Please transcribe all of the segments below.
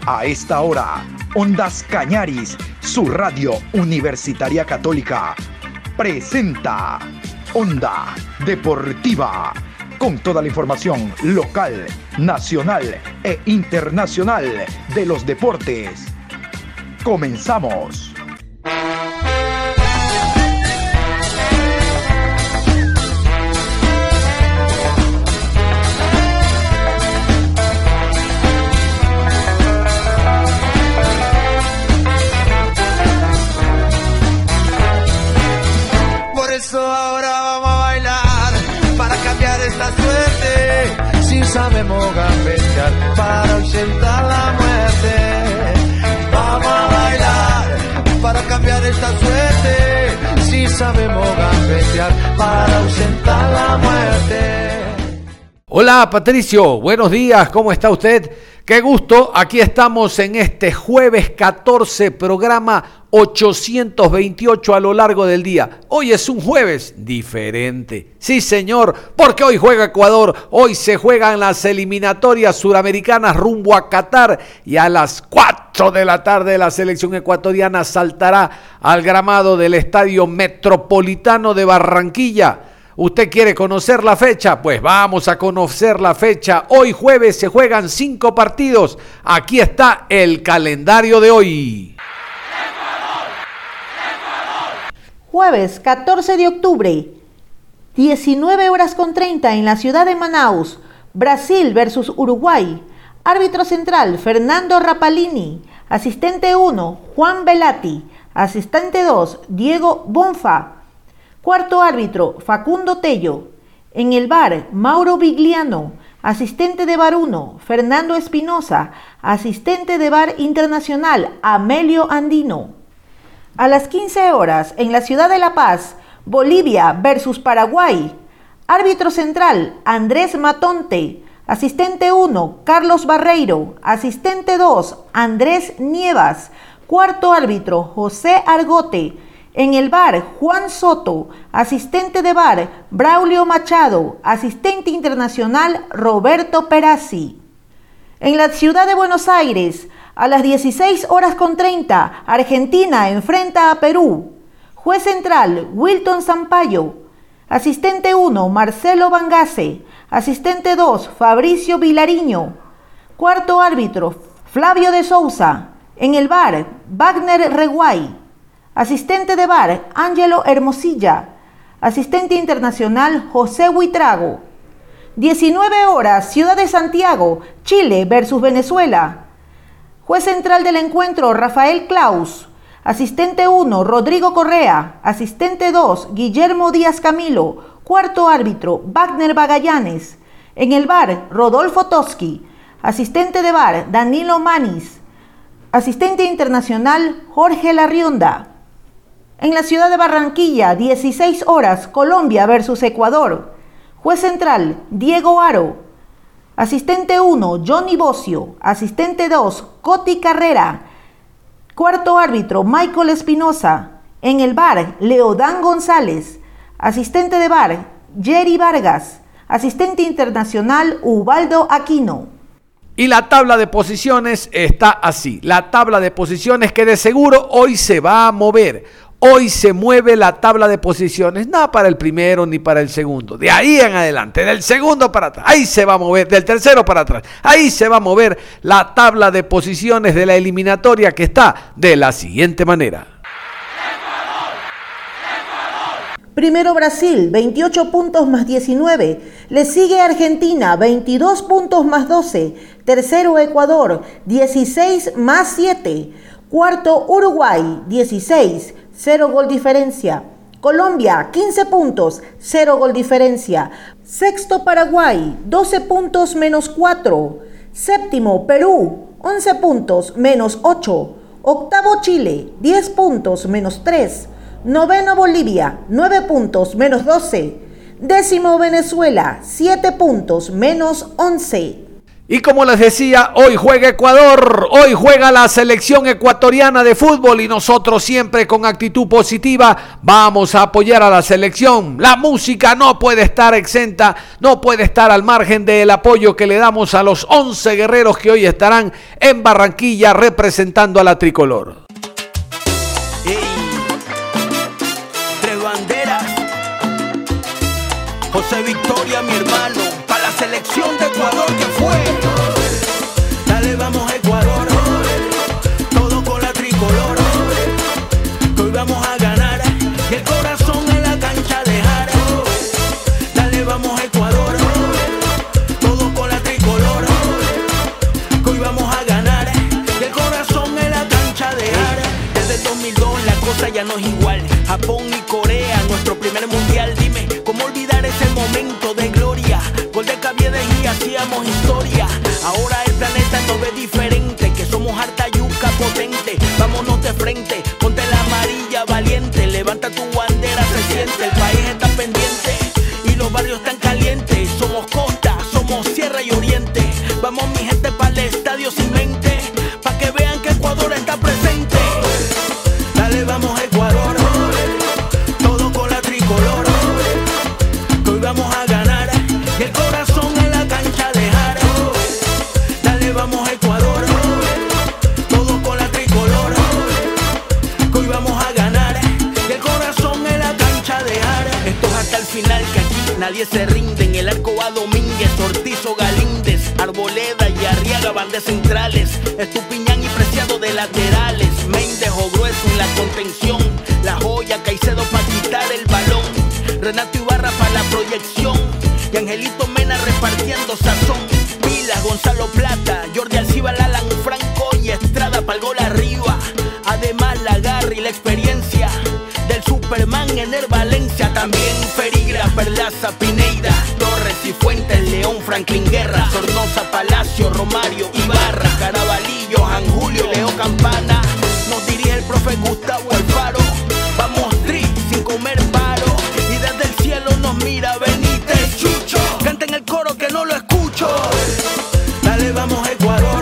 A esta hora, Ondas Cañaris, su radio universitaria católica, presenta Onda Deportiva, con toda la información local, nacional e internacional de los deportes. Comenzamos. Ahora vamos a bailar para cambiar esta suerte. Si sabemos gambetear para ausentar la muerte. Vamos a bailar para cambiar esta suerte. Si sabemos gambetear para ausentar la muerte. Hola Patricio, buenos días, ¿cómo está usted? Qué gusto, aquí estamos en este jueves 14, programa 828 a lo largo del día. Hoy es un jueves diferente, sí señor, porque hoy juega Ecuador, hoy se juegan las eliminatorias suramericanas rumbo a Qatar y a las 4 de la tarde la selección ecuatoriana saltará al gramado del Estadio Metropolitano de Barranquilla. ¿Usted quiere conocer la fecha? Pues vamos a conocer la fecha. Hoy jueves se juegan 5 partidos. Aquí está el calendario de hoy. Jueves 14 de octubre, 19:30 en la ciudad de Manaus. Brasil versus Uruguay. Árbitro central, Fernando Rapalini. Asistente 1, Juan Velati. Asistente 2, Diego Bonfa. Cuarto árbitro, Facundo Tello. En el VAR, Mauro Vigliano. Asistente de VAR 1, Fernando Espinosa. Asistente de VAR internacional, Amelio Andino. A las 15 horas, en la ciudad de La Paz, Bolivia versus Paraguay. Árbitro central, Andrés Matonte. Asistente 1, Carlos Barreiro. Asistente 2, Andrés Nievas. Cuarto árbitro, José Argote. En el VAR, Juan Soto. Asistente de VAR, Braulio Machado. Asistente internacional, Roberto Perazzi. En la ciudad de Buenos Aires, a las 16:30, Argentina enfrenta a Perú. Juez central, Wilton Sampaio. Asistente 1, Marcelo Bangase. Asistente 2, Fabricio Vilariño. Cuarto árbitro, Flavio de Souza. En el VAR, Wagner Reguay. Asistente de VAR, Ángelo Hermosilla. Asistente internacional, José Huitrago. 19 horas, Ciudad de Santiago, Chile versus Venezuela. Juez central del encuentro, Rafael Claus. Asistente 1, Rodrigo Correa. Asistente 2, Guillermo Díaz Camilo. Cuarto árbitro, Wagner Bagallanes. En el VAR, Rodolfo Toski. Asistente de VAR, Danilo Manis. Asistente internacional, Jorge Larrionda. En la ciudad de Barranquilla, 16 horas, Colombia versus Ecuador. Juez central, Diego Aro. Asistente 1, Johnny Bocio. Asistente 2, Coti Carrera. Cuarto árbitro, Michael Espinosa. En el VAR, Leodán González. Asistente de VAR, Jerry Vargas. Asistente internacional, Ubaldo Aquino. Y la tabla de posiciones está así. La tabla de posiciones que de seguro hoy se va a mover. Hoy se mueve la tabla de posiciones, nada para el primero ni para el segundo. De ahí en adelante, del segundo para atrás, ahí se va a mover, del tercero para atrás. Ahí se va a mover la tabla de posiciones de la eliminatoria que está de la siguiente manera. Primero Brasil, 28 puntos más 19. Le sigue Argentina, 22 puntos más 12. Tercero Ecuador, 16 más 7. Cuarto Uruguay, 16. 0 gol diferencia. Colombia, 15 puntos, 0 gol diferencia. Sexto Paraguay, 12 puntos menos 4. Séptimo Perú, 11 puntos menos 8. Octavo Chile, 10 puntos menos 3. Noveno Bolivia, 9 puntos menos 12. Décimo Venezuela, 7 puntos menos 11. Y como les decía, hoy juega Ecuador, hoy juega la selección ecuatoriana de fútbol y nosotros siempre con actitud positiva vamos a apoyar a la selección. La música no puede estar exenta, no puede estar al margen del apoyo que le damos a los 11 guerreros que hoy estarán en Barranquilla representando a la tricolor. Hey, tres banderas, José Victoria, mi hermano, para la selección de Ecuador que fue. Dale, vamos Ecuador, todo con la tricolor, que hoy vamos a ganar y el corazón en la cancha dejar. Dale, vamos Ecuador, todo con la tricolor, que hoy vamos a ganar y el corazón en la cancha dejar. Desde el 2002 la cosa ya no es igual. Japón y Corea, nuestro primer mundial. Dime, ¿cómo olvidar ese momento de gloria? Gol de Caviedes y hacíamos historia. Ahora el planeta nos ve diferente, que somos harta yuca potente. Vámonos de frente, ponte la amarilla valiente. Levanta tu bandera, se siente, el país está pendiente y los barrios están calientes. Somos costa, somos sierra y oriente. Vamos mi gente para el estadio sin mente, pa' que vean que Ecuador está presente. Dale, vamos Ecuador, todo con la tricolor, que hoy vamos a ganar y el corazón en la cancha dejar. Dale, vamos Ecuador, todo con la tricolor, que hoy vamos a ganar y el corazón en la cancha dejar. Esto es hasta el final, que aquí nadie se rinde. En el arco va Domínguez, Ortiz o Galíndez, Arboleda y Arriaga van de centrales, Estupiñán y Preciado de laterales, Méndez o Grueso en la contención, La Joya, Caicedo para quitar el balón, Renato Ibarra para la proyección y Angelito Mena repartiendo sazón. Pilas, Gonzalo Plata, Jordi Alcibar, Alan Franco y Estrada para el gol arriba. Además la garra y la experiencia del Superman Ener Valencia. También Ferigra, Perlaza, Pineida, Torres y Fuentes, León, Franklin Guerra, Sornosa, Palacio, Romario, Ibarra, Carabalillo, Jan Julio, Leo Campana. Nos dirige el profe Gustavo Alfaro. Vamos tri, sin comer paro, y desde el cielo nos mira Benítez Chucho. Canten el coro que no lo escucho. Dale, vamos Ecuador,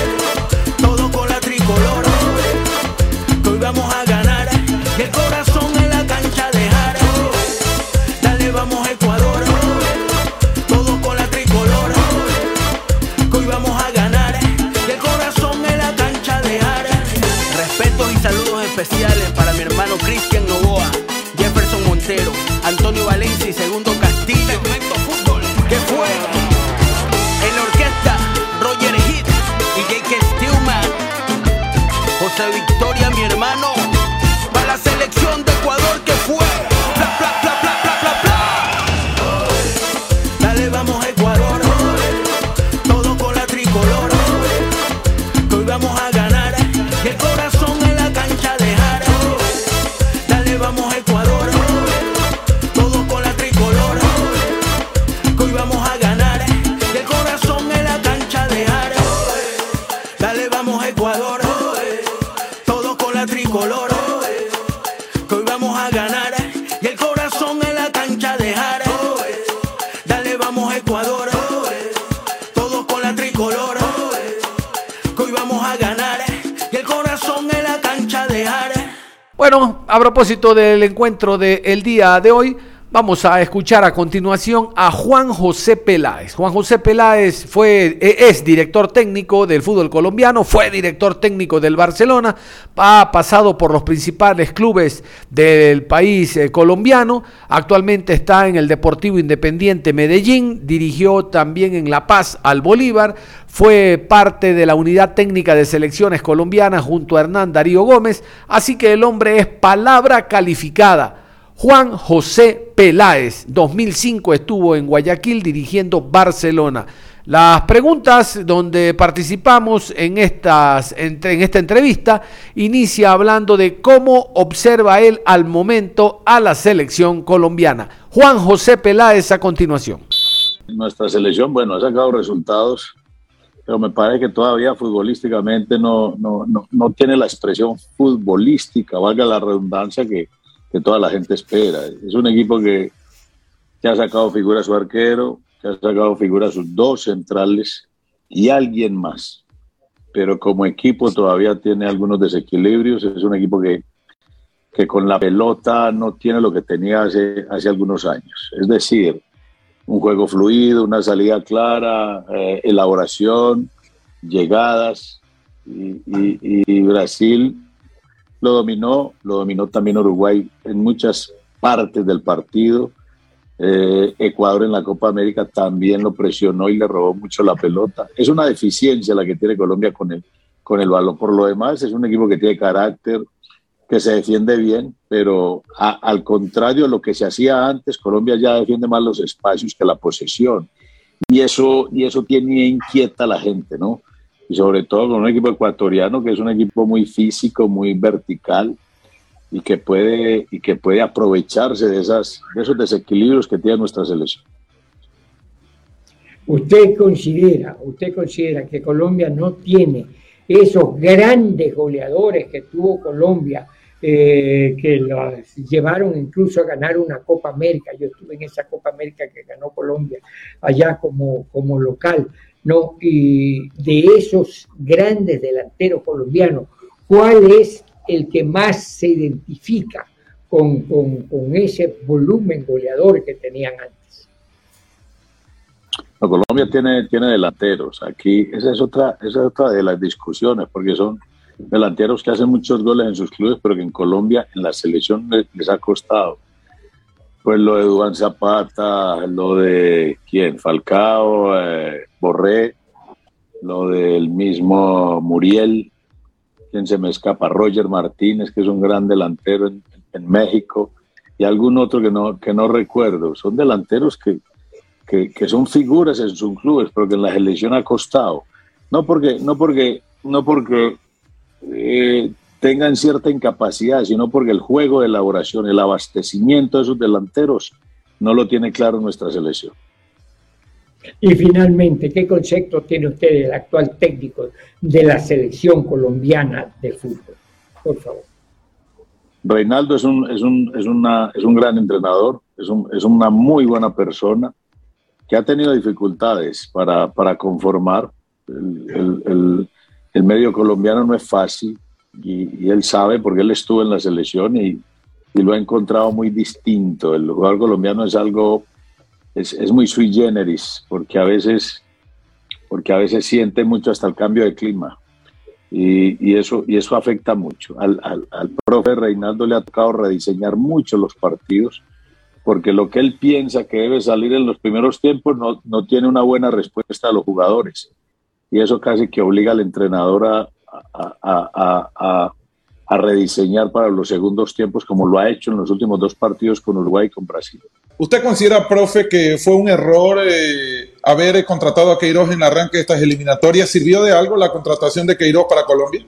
todo con la tricolor, que hoy vamos a ganar y el corazón en la cancha dejar. Dale, vamos Ecuador, todo con la tricolor, que hoy vamos a ganar y el corazón en la cancha dejar. Respetos y saludos especiales para mi hermano Cristian Novoa, Jefferson Montero, Antonio Valencia y Segundo Castillo. Segmento Fútbol, que fue en la orquesta Roger Hit y J.K. Stillman. José Victoria, mi hermano, para la selección de Ecuador que fue. Bla, bla, bla, bla, bla, bla, bla. Dale, vamos Ecuador, todo con la tricolor, que hoy vamos a ganar y el corazón en la cancha dejar. Dale, vamos Ecuador, todo con la tricolor, que hoy vamos a ganar y el corazón en la cancha dejar. Dale, vamos Ecuador, todo con la tricolor, que hoy vamos a ganar y el corazón en la cancha dejar. Dale, vamos Ecuador, todo con la tricolor, que hoy vamos a ganar y el corazón en la cancha dejar. Bueno, a propósito del encuentro del día de hoy, vamos a escuchar a continuación a Juan José Peláez. Juan José Peláez es director técnico del fútbol colombiano, fue director técnico del Barcelona, ha pasado por los principales clubes del país colombiano, actualmente está en el Deportivo Independiente Medellín, dirigió también en La Paz al Bolívar, fue parte de la unidad técnica de selecciones colombianas junto a Hernán Darío Gómez, así que el hombre es palabra calificada. Juan José Peláez, 2005 estuvo en Guayaquil dirigiendo Barcelona. Las preguntas donde participamos en esta entrevista inicia hablando de cómo observa él al momento a la selección colombiana. Juan José Peláez a continuación. Nuestra selección, bueno, ha sacado resultados, pero me parece que todavía futbolísticamente no tiene la expresión futbolística, valga la redundancia, que toda la gente espera. Es un equipo que ha sacado figura a su arquero, que ha sacado figura a sus dos centrales, y alguien más. Pero como equipo todavía tiene algunos desequilibrios. Es un equipo que con la pelota no tiene lo que tenía hace algunos años. Es decir, un juego fluido, una salida clara, elaboración, llegadas. Y Brasil lo dominó también Uruguay en muchas partes del partido. Ecuador en la Copa América también lo presionó y le robó mucho la pelota. Es una deficiencia la que tiene Colombia con el balón. Por lo demás, es un equipo que tiene carácter, que se defiende bien, pero al contrario de lo que se hacía antes, Colombia ya defiende más los espacios que la posesión. Y eso tiene inquieta a la gente, ¿no? Y sobre todo con un equipo ecuatoriano que es un equipo muy físico, muy vertical, y que puede aprovecharse de esos desequilibrios que tiene nuestra selección. ¿Usted considera que Colombia no tiene esos grandes goleadores que tuvo Colombia, que los llevaron incluso a ganar una Copa América? Yo estuve en esa Copa América que ganó Colombia allá como local, ¿no? Y de esos grandes delanteros colombianos, ¿cuál es el que más se identifica con ese volumen goleador que tenían antes? No, Colombia tiene delanteros. Aquí esa es otra de las discusiones, porque son delanteros que hacen muchos goles en sus clubes, pero que en Colombia, en la selección, les ha costado. Pues lo de Duván Zapata, lo de Falcao, Borré, lo del mismo Muriel, quien se me escapa, Roger Martínez, que es un gran delantero en México, y algún otro que no recuerdo. Son delanteros que son figuras en sus clubes, pero que en la selección ha costado. No porque tengan cierta incapacidad, sino porque el juego de elaboración, el abastecimiento de esos delanteros no lo tiene claro nuestra selección. Y finalmente, ¿qué concepto tiene usted del actual técnico de la selección colombiana de fútbol? Por favor. Reinaldo es un gran entrenador, es una muy buena persona que ha tenido dificultades para conformar. El medio colombiano no es fácil y él sabe, porque él estuvo en la selección y lo ha encontrado muy distinto. El jugador colombiano es muy sui generis, porque a veces siente mucho hasta el cambio de clima y eso afecta mucho. Al profe Reinaldo le ha tocado rediseñar mucho los partidos, porque lo que él piensa que debe salir en los primeros tiempos no tiene una buena respuesta a los jugadores, y eso casi que obliga al entrenador a rediseñar para los segundos tiempos, como lo ha hecho en los últimos 2 partidos con Uruguay y con Brasil. ¿Usted considera, profe, que fue un error haber contratado a Queiroz en el arranque de estas eliminatorias? ¿Sirvió de algo la contratación de Queiroz para Colombia?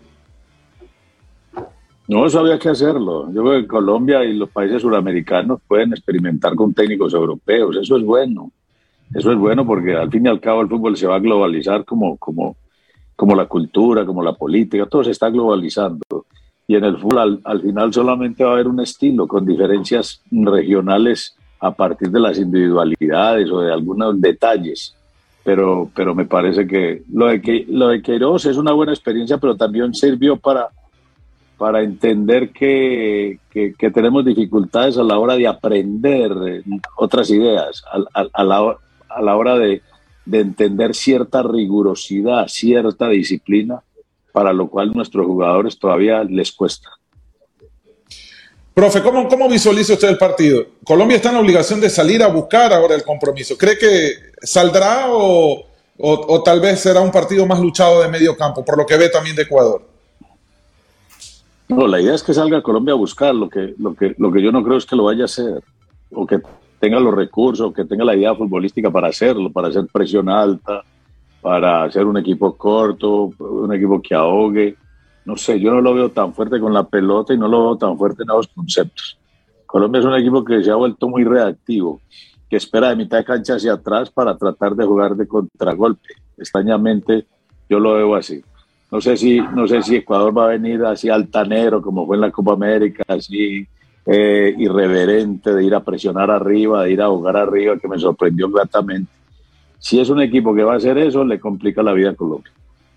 No, eso había que hacerlo. Yo creo que Colombia y los países suramericanos pueden experimentar con técnicos europeos. Eso es bueno. Eso es bueno porque al fin y al cabo el fútbol se va a globalizar como la cultura, como la política. Todo se está globalizando. Y en el fútbol al final solamente va a haber un estilo, con diferencias regionales a partir de las individualidades o de algunos detalles. Pero me parece que lo de Queiroz es una buena experiencia, pero también sirvió para entender que tenemos dificultades a la hora de aprender otras ideas, a la hora de entender cierta rigurosidad, cierta disciplina, para lo cual nuestros jugadores todavía les cuesta. Profe, ¿cómo visualiza usted el partido? Colombia está en la obligación de salir a buscar ahora el compromiso. ¿Cree que saldrá o tal vez será un partido más luchado de medio campo, por lo que ve también de Ecuador? No, la idea es que salga Colombia a buscar. Lo que yo no creo es que lo vaya a hacer, o que tenga los recursos, o que tenga la idea futbolística para hacerlo, para hacer presión alta, para hacer un equipo corto, un equipo que ahogue. No sé, yo no lo veo tan fuerte con la pelota y no lo veo tan fuerte en esos conceptos. Colombia es un equipo que se ha vuelto muy reactivo, que espera de mitad de cancha hacia atrás para tratar de jugar de contragolpe. Extrañamente, yo lo veo así. No sé si Ecuador va a venir así altanero, como fue en la Copa América, así irreverente, de ir a presionar arriba, de ir a jugar arriba, que me sorprendió gratamente. Si es un equipo que va a hacer eso, le complica la vida a Colombia.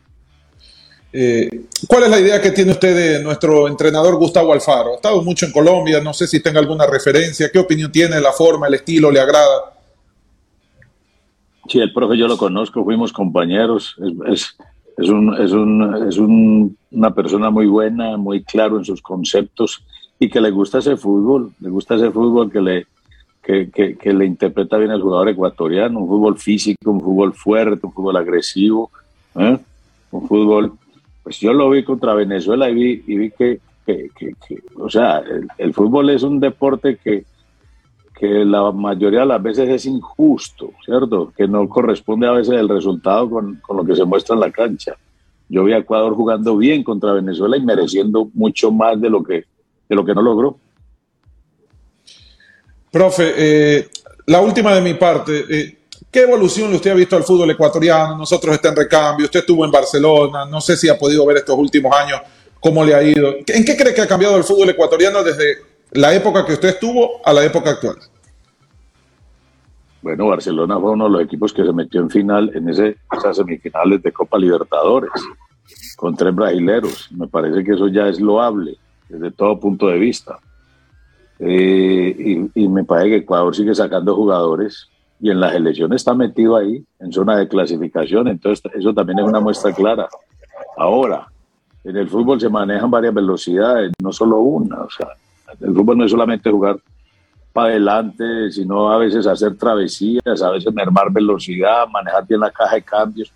¿Cuál es la idea que tiene usted de nuestro entrenador Gustavo Alfaro? Ha estado mucho en Colombia, no sé si tenga alguna referencia. ¿Qué opinión tiene? ¿La forma, el estilo, le agrada? Sí, el profe yo lo conozco, fuimos compañeros. Es una persona muy buena, muy claro en sus conceptos y que le gusta ese fútbol. Le gusta ese fútbol que le interpreta bien al jugador ecuatoriano. Un fútbol físico, un fútbol fuerte, un fútbol agresivo. Un fútbol... Pues yo lo vi contra Venezuela y vi que o sea, el fútbol es un deporte que la mayoría de las veces es injusto, ¿cierto? Que no corresponde a veces el resultado con lo que se muestra en la cancha. Yo vi a Ecuador jugando bien contra Venezuela y mereciendo mucho más de lo que no logró. Profe, la última de mi parte... ¿Qué evolución usted ha visto al fútbol ecuatoriano? Nosotros está en recambio, usted estuvo en Barcelona, no sé si ha podido ver estos últimos años cómo le ha ido. ¿En qué cree que ha cambiado el fútbol ecuatoriano desde la época que usted estuvo a la época actual? Bueno, Barcelona fue uno de los equipos que se metió en final, en esas semifinales de Copa Libertadores, con 3 brasileros. Me parece que eso ya es loable desde todo punto de vista. Y me parece que Ecuador sigue sacando jugadores y en las elecciones está metido ahí, en zona de clasificación, entonces eso también es una muestra clara. Ahora, en el fútbol se manejan varias velocidades, no solo una, o sea, el fútbol no es solamente jugar para adelante, sino a veces hacer travesías, a veces mermar velocidad, manejar bien la caja de cambios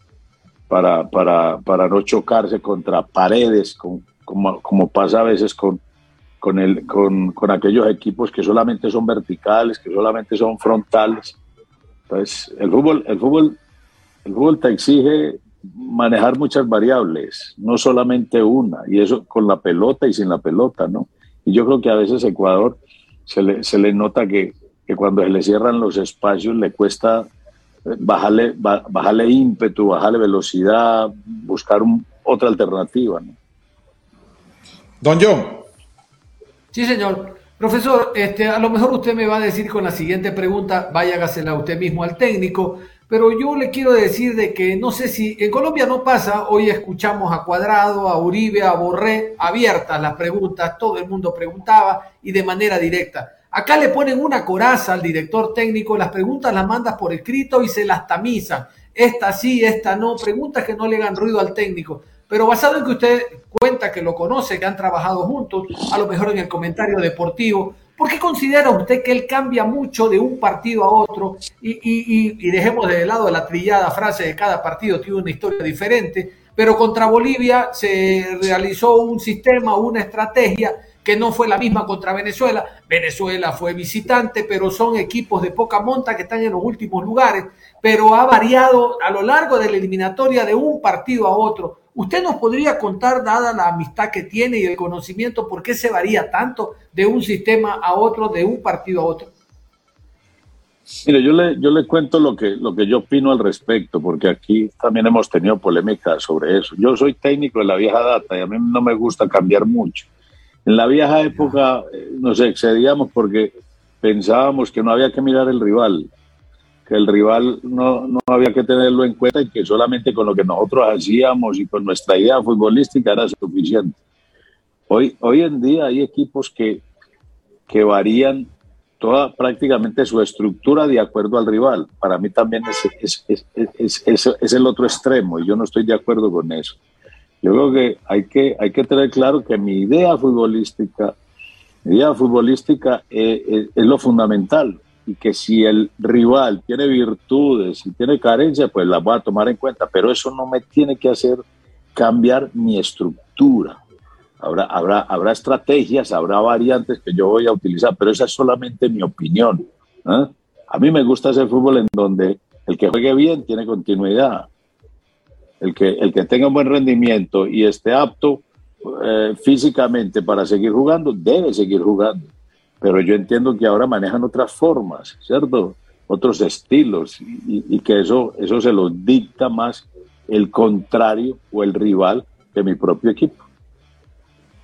para no chocarse contra paredes, como pasa a veces con aquellos equipos que solamente son verticales, que solamente son frontales. Entonces, el fútbol te exige manejar muchas variables, no solamente una, y eso con la pelota y sin la pelota, ¿no? Y yo creo que a veces a Ecuador se le nota que cuando se le cierran los espacios le cuesta bajarle ímpetu, bajarle velocidad, buscar otra alternativa, ¿no? Don John. Sí, señor. Profesor, a lo mejor usted me va a decir con la siguiente pregunta, vaya hágasela usted mismo al técnico, pero yo le quiero decir de que no sé si en Colombia no pasa, hoy escuchamos a Cuadrado, a Uribe, a Borré, abiertas las preguntas, todo el mundo preguntaba y de manera directa. Acá le ponen una coraza al director técnico, las preguntas las mandas por escrito y se las tamizan. Esta sí, esta no, preguntas que no le hagan ruido al técnico. Pero basado en que usted cuenta que lo conoce, que han trabajado juntos, a lo mejor en el comentario deportivo, ¿por qué considera usted que él cambia mucho de un partido a otro? Y dejemos de lado la trillada frase de cada partido tiene una historia diferente, pero contra Bolivia se realizó un sistema, una estrategia que no fue la misma contra Venezuela. Venezuela fue visitante, pero son equipos de poca monta que están en los últimos lugares, pero ha variado a lo largo de la eliminatoria de un partido a otro. ¿Usted nos podría contar, dada la amistad que tiene y el conocimiento, por qué se varía tanto de un sistema a otro, de un partido a otro? Mire, yo le cuento lo que yo opino al respecto, porque aquí también hemos tenido polémica sobre eso. Yo soy técnico de la vieja data y a mí no me gusta cambiar mucho. En la vieja época nos excedíamos porque pensábamos que no había que mirar el rival, que el rival no había que tenerlo en cuenta y que solamente con lo que nosotros hacíamos y con nuestra idea futbolística era suficiente. Hoy en día hay equipos que varían prácticamente su estructura de acuerdo al rival. Para mí también es el otro extremo y yo no estoy de acuerdo con eso. Yo creo que hay que tener claro que mi idea futbolística es lo fundamental. Y que si el rival tiene virtudes y tiene carencias, pues las voy a tomar en cuenta, pero eso no me tiene que hacer cambiar mi estructura. Habrá estrategias, habrá variantes que yo voy a utilizar, pero esa es solamente mi opinión, ¿eh? A mí me gusta ese fútbol en donde el que juegue bien tiene continuidad, el que tenga un buen rendimiento y esté apto físicamente para seguir jugando, debe seguir jugando. Pero yo entiendo que ahora manejan otras formas, ¿cierto? Otros estilos y que eso se lo dicta más el contrario o el rival de mi propio equipo.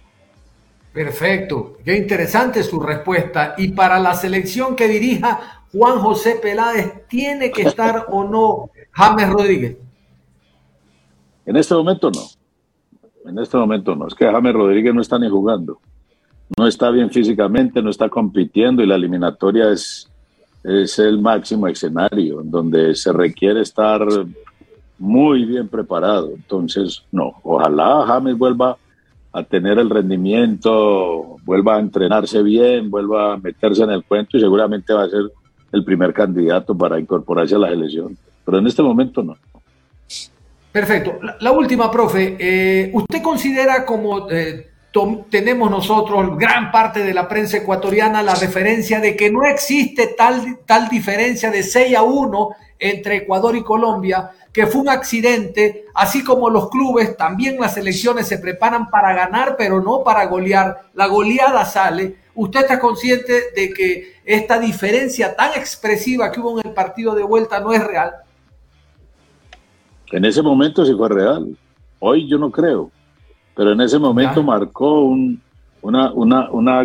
Perfecto, qué interesante su respuesta. Y para la selección que dirija, Juan José Peláez, ¿tiene que estar o no James Rodríguez? En este momento no. En este momento no. Es que James Rodríguez no está ni jugando. No está bien físicamente, no está compitiendo y la eliminatoria es el máximo escenario en donde se requiere estar muy bien preparado. Entonces, no. Ojalá James vuelva a tener el rendimiento, vuelva a entrenarse bien, vuelva a meterse en el cuento y seguramente va a ser el primer candidato para incorporarse a la selección. Pero en este momento no. Perfecto. La última, profe. ¿Usted considera como tenemos nosotros, gran parte de la prensa ecuatoriana, la referencia de que no existe tal diferencia de 6-1 entre Ecuador y Colombia, que fue un accidente, así como los clubes, también las selecciones se preparan para ganar, pero no para golear? La goleada sale. ¿Usted está consciente de que esta diferencia tan expresiva que hubo en el partido de vuelta no es real? En ese momento sí fue real. Hoy yo no creo. Pero en ese momento marcó una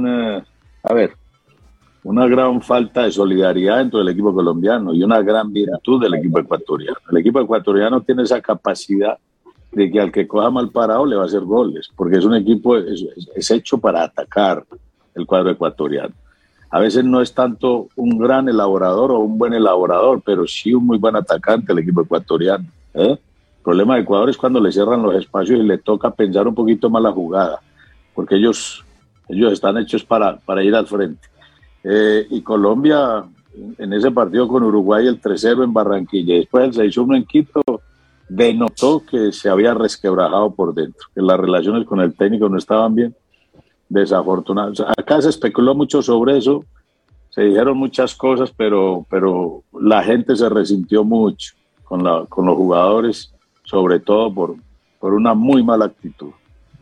gran falta de solidaridad dentro del equipo colombiano y una gran virtud del equipo ecuatoriano. El equipo ecuatoriano tiene esa capacidad de que al que coja mal parado le va a hacer goles, porque es un equipo, es hecho para atacar el cuadro ecuatoriano. A veces no es tanto un gran elaborador o un buen elaborador, pero sí un muy buen atacante el equipo ecuatoriano. El problema de Ecuador es cuando le cierran los espacios y le toca pensar un poquito más la jugada, porque ellos están hechos para ir al frente. Y Colombia, en ese partido con Uruguay, el 3-0 en Barranquilla, y después el 6-1 en Quito, denotó que se había resquebrajado por dentro, que las relaciones con el técnico no estaban bien, desafortunadas. O sea, acá se especuló mucho sobre eso, se dijeron muchas cosas, pero la gente se resintió mucho con los jugadores, sobre todo por una muy mala actitud.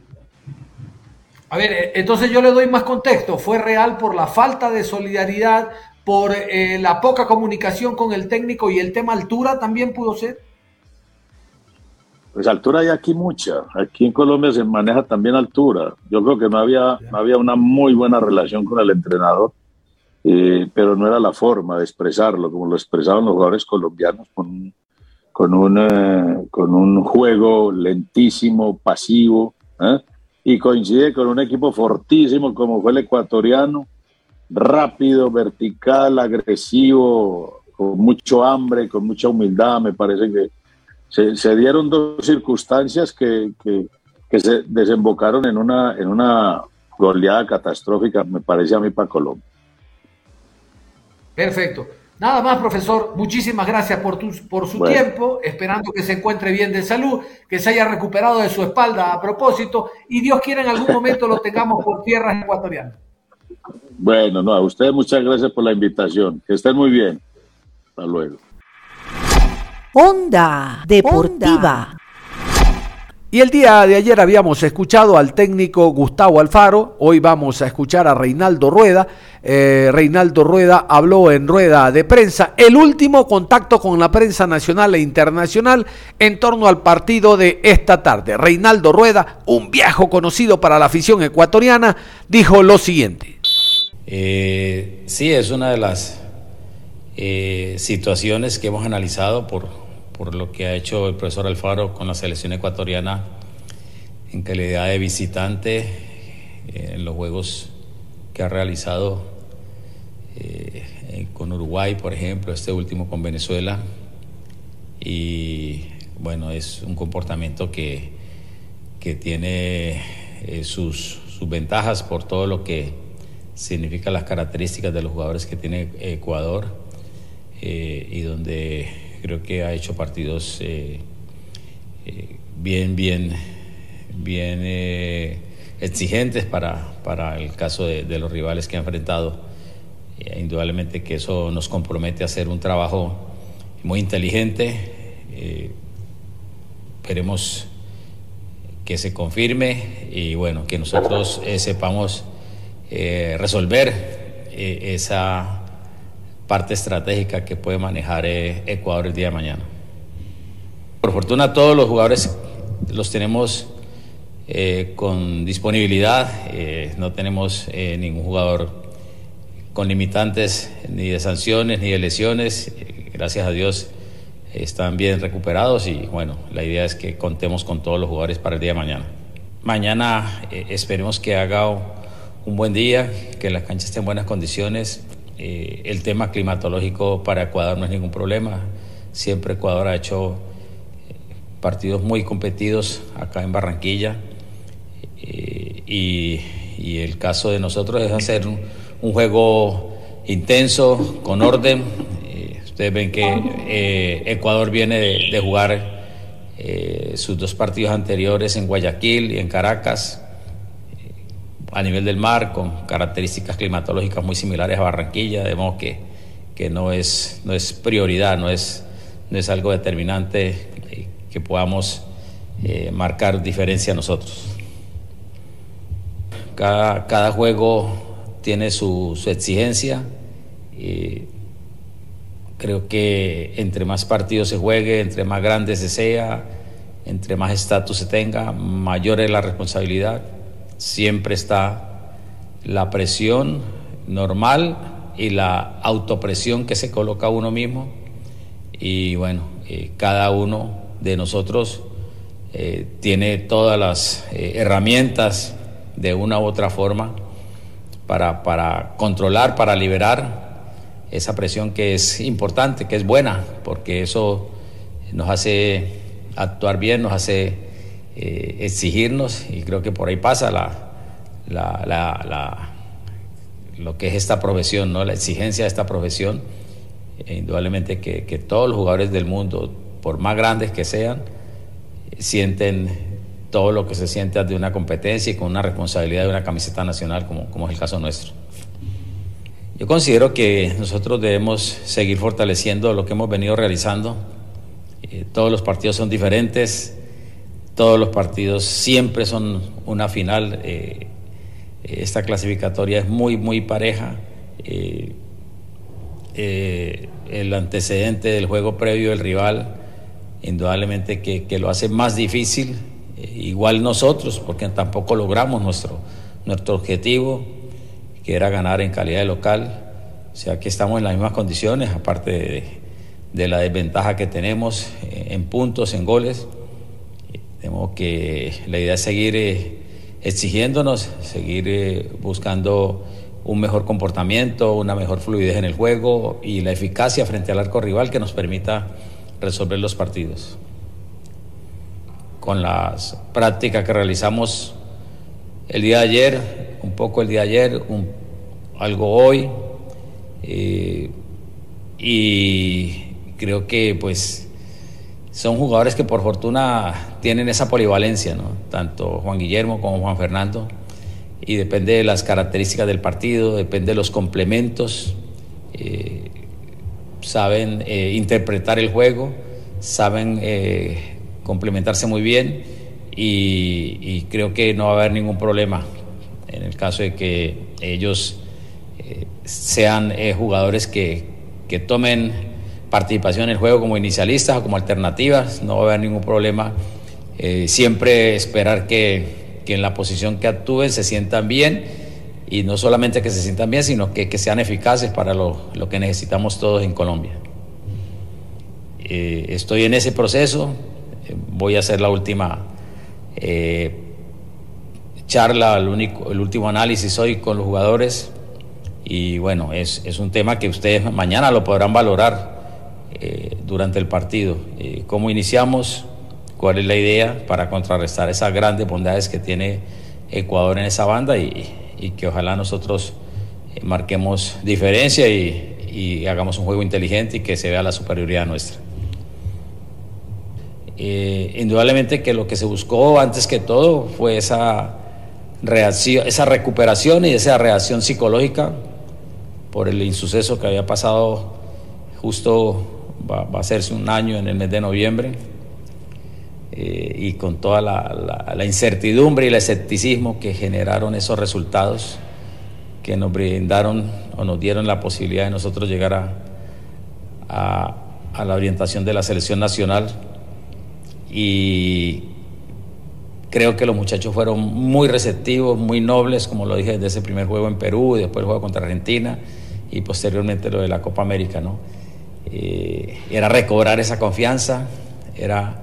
A ver, entonces yo le doy más contexto. ¿Fue real por la falta de solidaridad, por la poca comunicación con el técnico y el tema altura también pudo ser? Pues altura hay aquí mucha. Aquí en Colombia se maneja también altura. Yo creo que no había una muy buena relación con el entrenador, pero no era la forma de expresarlo, como lo expresaban los jugadores colombianos, con un juego lentísimo, pasivo, y coincide con un equipo fortísimo como fue el ecuatoriano, rápido, vertical, agresivo, con mucho hambre, con mucha humildad. Me parece que se dieron dos circunstancias que se desembocaron en una goleada catastrófica, me parece a mí, para Colombia. Perfecto. Nada más, profesor. Muchísimas gracias por su tiempo, esperando que se encuentre bien de salud, que se haya recuperado de su espalda a propósito, y Dios quiera en algún momento lo tengamos por tierras ecuatorianas. Bueno, a ustedes muchas gracias por la invitación. Que estén muy bien. Hasta luego. Onda Deportiva. Y el día de ayer habíamos escuchado al técnico Gustavo Alfaro, hoy vamos a escuchar a Reinaldo Rueda. Reinaldo Rueda habló en rueda de prensa, el último contacto con la prensa nacional e internacional en torno al partido de esta tarde. Reinaldo Rueda, un viejo conocido para la afición ecuatoriana, dijo lo siguiente. Sí, es una de las situaciones que hemos analizado por lo que ha hecho el profesor Alfaro con la selección ecuatoriana en calidad de visitante en los juegos que ha realizado con Uruguay, por ejemplo, este último con Venezuela. Y bueno, es un comportamiento que tiene sus ventajas por todo lo que significa las características de los jugadores que tiene Ecuador, y donde creo que ha hecho partidos bien exigentes para el caso de los rivales que ha enfrentado. Indudablemente que eso nos compromete a hacer un trabajo muy inteligente. Esperemos que se confirme y bueno, que nosotros sepamos resolver esa parte estratégica que puede manejar Ecuador el día de mañana. Por fortuna todos los jugadores los tenemos con disponibilidad, no tenemos ningún jugador con limitantes ni de sanciones ni de lesiones. Gracias a Dios están bien recuperados y bueno, la idea es que contemos con todos los jugadores para el día de mañana. Mañana esperemos que haga un buen día, que la cancha esté en buenas condiciones. El tema climatológico para Ecuador no es ningún problema. Siempre Ecuador ha hecho partidos muy competidos acá en Barranquilla y el caso de nosotros es hacer un juego intenso, con orden. Ustedes ven que Ecuador viene de jugar sus 2 partidos anteriores en Guayaquil y en Caracas, a nivel del mar, con características climatológicas muy similares a Barranquilla, de modo que no es prioridad, no es algo determinante que podamos marcar diferencia nosotros. Cada juego tiene su exigencia. Creo que entre más partidos se juegue, entre más grande se sea, entre más estatus se tenga, mayor es la responsabilidad. Siempre está la presión normal y la autopresión que se coloca uno mismo. Y bueno, cada uno de nosotros tiene todas las herramientas de una u otra forma para controlar, para liberar esa presión que es importante, que es buena, porque eso nos hace actuar bien, nos hace exigirnos, y creo que por ahí pasa lo que es esta profesión, ¿no? La exigencia de esta profesión. Indudablemente que todos los jugadores del mundo, por más grandes que sean, sienten todo lo que se siente de una competencia y con una responsabilidad de una camiseta nacional como es el caso nuestro. Yo considero que nosotros debemos seguir fortaleciendo lo que hemos venido realizando. Todos los partidos son diferentes, todos los partidos siempre son una final. Esta clasificatoria es muy, muy pareja. El antecedente del juego previo del rival, indudablemente que lo hace más difícil. Igual nosotros, porque tampoco logramos nuestro objetivo, que era ganar en calidad de local. O sea que estamos en las mismas condiciones, aparte de la desventaja que tenemos en puntos, en goles. De modo que la idea es seguir exigiéndonos, seguir buscando un mejor comportamiento, una mejor fluidez en el juego y la eficacia frente al arco rival que nos permita resolver los partidos. Con las prácticas que realizamos el día de ayer, un poco el día de ayer, algo hoy, y creo que pues son jugadores que por fortuna tienen esa polivalencia, ¿no? Tanto Juan Guillermo como Juan Fernando, y depende de las características del partido, depende de los complementos. Saben interpretar el juego, saben complementarse muy bien, y creo que no va a haber ningún problema en el caso de que ellos sean jugadores que tomen participación en el juego como inicialistas o como alternativas. No va a haber ningún problema. Siempre esperar que en la posición que actúen se sientan bien, y no solamente que se sientan bien, sino que sean eficaces para lo que necesitamos todos en Colombia. Estoy en ese proceso. Voy a hacer la última charla, el último análisis hoy con los jugadores, y bueno, es un tema que ustedes mañana lo podrán valorar durante el partido. ¿Cómo iniciamos? ¿Cuál es la idea para contrarrestar esas grandes bondades que tiene Ecuador en esa banda, y que ojalá nosotros marquemos diferencia y hagamos un juego inteligente y que se vea la superioridad nuestra? Indudablemente que lo que se buscó antes que todo fue esa reacción, esa recuperación y esa reacción psicológica por el insuceso que había pasado. Justo va a hacerse un año en el mes de noviembre, y con toda la incertidumbre y el escepticismo que generaron esos resultados que nos brindaron o nos dieron la posibilidad de nosotros llegar a la orientación de la selección nacional. Y creo que los muchachos fueron muy receptivos, muy nobles, como lo dije, desde ese primer juego en Perú y después el juego contra Argentina, y posteriormente lo de la Copa América, ¿no? Era recobrar esa confianza, era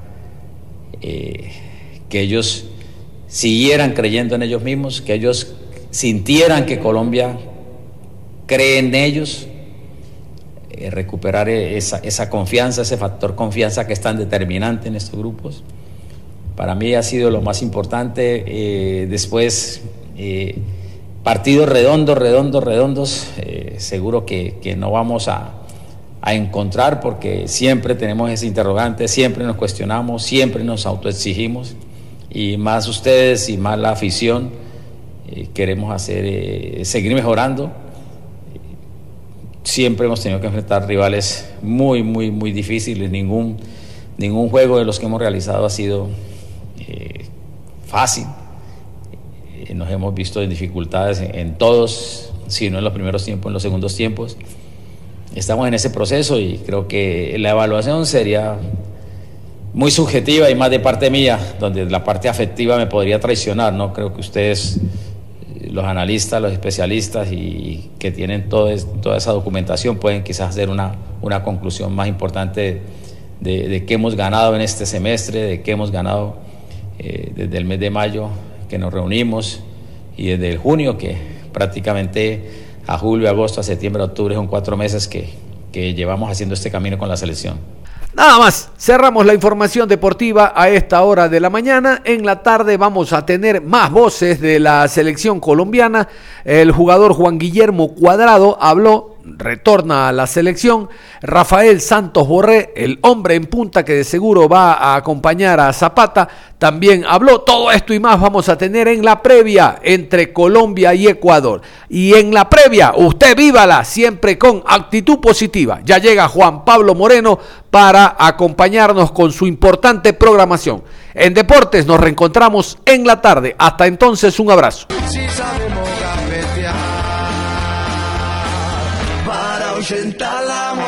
que ellos siguieran creyendo en ellos mismos, que ellos sintieran que Colombia cree en ellos, recuperar esa confianza, ese factor confianza que es tan determinante en estos grupos. Para mí ha sido lo más importante. Después, partidos redondos, seguro que no vamos a encontrar, porque siempre tenemos ese interrogante, siempre nos cuestionamos, siempre nos autoexigimos, y más ustedes y más la afición queremos seguir mejorando. Siempre hemos tenido que enfrentar rivales muy difíciles. Ningún juego de los que hemos realizado ha sido fácil. Nos hemos visto en dificultades en todos, si no en los primeros tiempos, en los segundos tiempos. Estamos en ese proceso y creo que la evaluación sería muy subjetiva y más de parte mía, donde la parte afectiva me podría traicionar, ¿no? Creo que ustedes, los analistas, los especialistas y que tienen toda esa documentación, pueden quizás hacer una conclusión más importante de qué hemos ganado en este semestre, de qué hemos ganado desde el mes de mayo que nos reunimos, y desde el junio, que prácticamente a julio, agosto, a septiembre, a octubre son 4 meses que llevamos haciendo este camino con la selección. Nada más, cerramos la información deportiva a esta hora de la mañana. En la tarde vamos a tener más voces de la selección colombiana. El jugador Juan Guillermo Cuadrado habló, retorna a la selección. Rafael Santos Borré, el hombre en punta que de seguro va a acompañar a Zapata, también habló. Todo esto y más vamos a tener en la previa entre Colombia y Ecuador. Y en la previa, usted vívala siempre con actitud positiva. Ya llega Juan Pablo Moreno para acompañarnos con su importante programación. En Deportes nos reencontramos en la tarde. Hasta entonces, un abrazo. Si sabemos gambetear para ahuyentar la